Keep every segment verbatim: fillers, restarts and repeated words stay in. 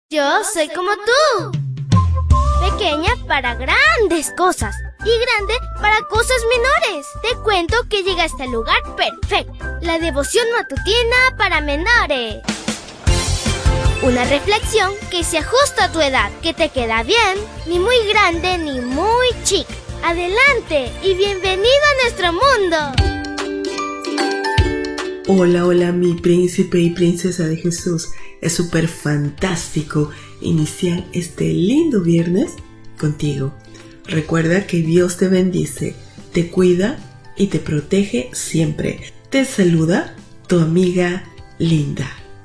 Yo soy como tú. Pequeña para grandes cosas y grande para cosas menores. Te cuento que llegaste al lugar perfecto. La devoción matutina para menores. Una reflexión que se ajusta a tu edad, que te queda bien, ni muy grande ni muy chica. Adelante y bienvenido a nuestro mundo. Hola, hola mi príncipe y princesa de Jesús. Es súper fantástico iniciar este lindo viernes contigo. Recuerda que Dios te bendice, te cuida y te protege siempre. Te saluda tu amiga Linda.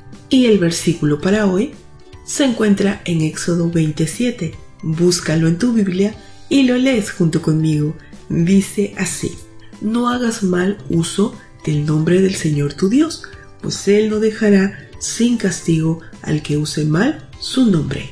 Y el versículo para hoy se encuentra en Éxodo veintisiete. Búscalo en tu Biblia y lo lees junto conmigo. Dice así: no hagas mal uso del nombre del Señor tu Dios, pues Él no dejará sin castigo al que use mal su nombre.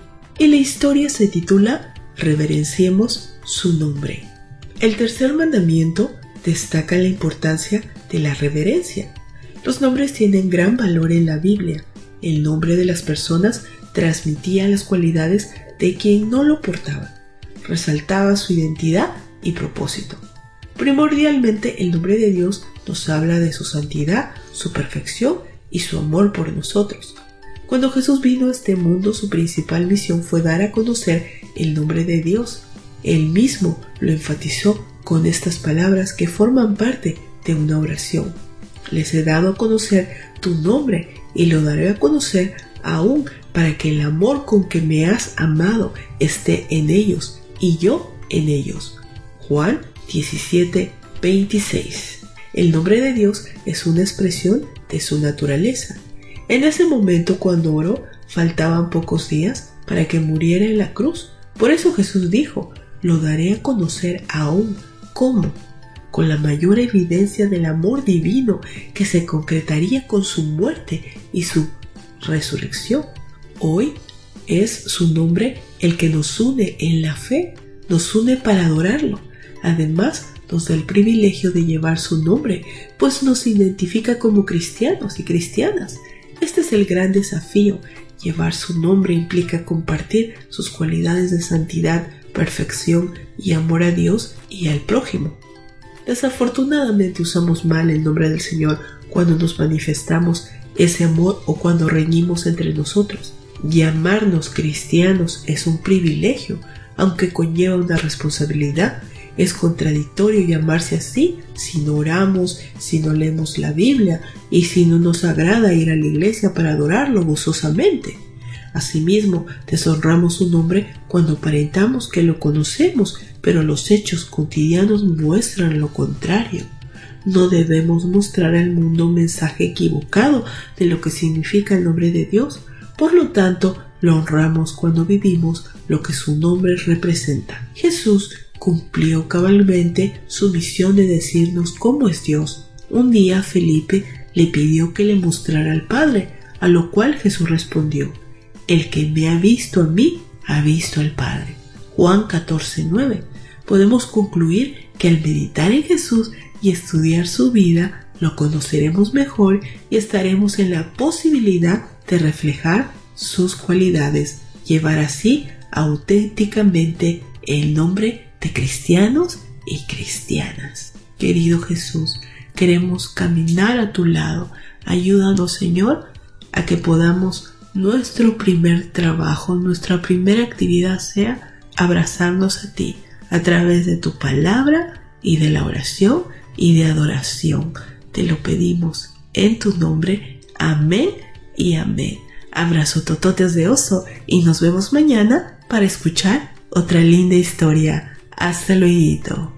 Y la historia se titula Reverenciemos su nombre. El tercer mandamiento destaca la importancia de la reverencia. Los nombres tienen gran valor en la Biblia. El nombre de las personas transmitía las cualidades de quien no lo portaba, resaltaba su identidad y propósito. Primordialmente, el nombre de Dios nos habla de su santidad, su perfección y su amor por nosotros. Cuando Jesús vino a este mundo, su principal misión fue dar a conocer el nombre de Dios. Él mismo lo enfatizó con estas palabras que forman parte de una oración: les he dado a conocer tu nombre y lo daré a conocer aún para que el amor con que me has amado esté en ellos y yo en ellos. Juan diecisiete, veintiséis. El nombre de Dios es una expresión de su naturaleza. En ese momento, cuando oró, faltaban pocos días para que muriera en la cruz. Por eso Jesús dijo: lo daré a conocer aún. ¿Cómo? Con la mayor evidencia del amor divino que se concretaría con su muerte y su resurrección. Hoy es su nombre el que nos une en la fe, nos une para adorarlo. Además, nos da el privilegio de llevar su nombre, pues nos identifica como cristianos y cristianas. Este es el gran desafío. Llevar su nombre implica compartir sus cualidades de santidad, perfección y amor a Dios y al prójimo. Desafortunadamente usamos mal el nombre del Señor cuando nos manifestamos ese amor o cuando reñimos entre nosotros. Llamarnos cristianos es un privilegio, aunque conlleva una responsabilidad. Es contradictorio llamarse así si no oramos, si no leemos la Biblia y si no nos agrada ir a la iglesia para adorarlo gozosamente. Asimismo, deshonramos su nombre cuando aparentamos que lo conocemos, pero los hechos cotidianos muestran lo contrario. No debemos mostrar al mundo un mensaje equivocado de lo que significa el nombre de Dios. Por lo tanto, lo honramos cuando vivimos lo que su nombre representa. Jesús cumplió cabalmente su misión de decirnos cómo es Dios. Un día Felipe le pidió que le mostrara al Padre, a lo cual Jesús respondió: el que me ha visto a mí, ha visto al Padre. Juan catorce, nueve. Podemos concluir que al meditar en Jesús y estudiar su vida, lo conoceremos mejor y estaremos en la posibilidad de reflejar sus cualidades, llevar así auténticamente el nombre de cristianos y cristianas. Querido Jesús, queremos caminar a tu lado. Ayúdanos, Señor, a que podamos, nuestro primer trabajo, nuestra primera actividad sea abrazarnos a ti a través de tu palabra y de la oración y de adoración. Te lo pedimos en tu nombre. Amén y amén. Abrazo tototes de oso y nos vemos mañana para escuchar otra linda historia. Hasta luego.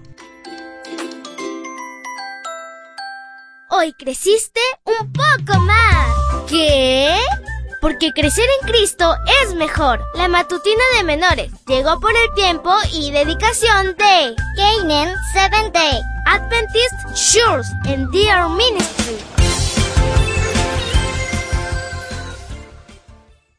Hoy creciste un poco más. ¿Qué? Porque crecer en Cristo es mejor. La matutina de menores llegó por el tiempo y dedicación de Canaan Seventh Day Adventist Church and Dear Ministry.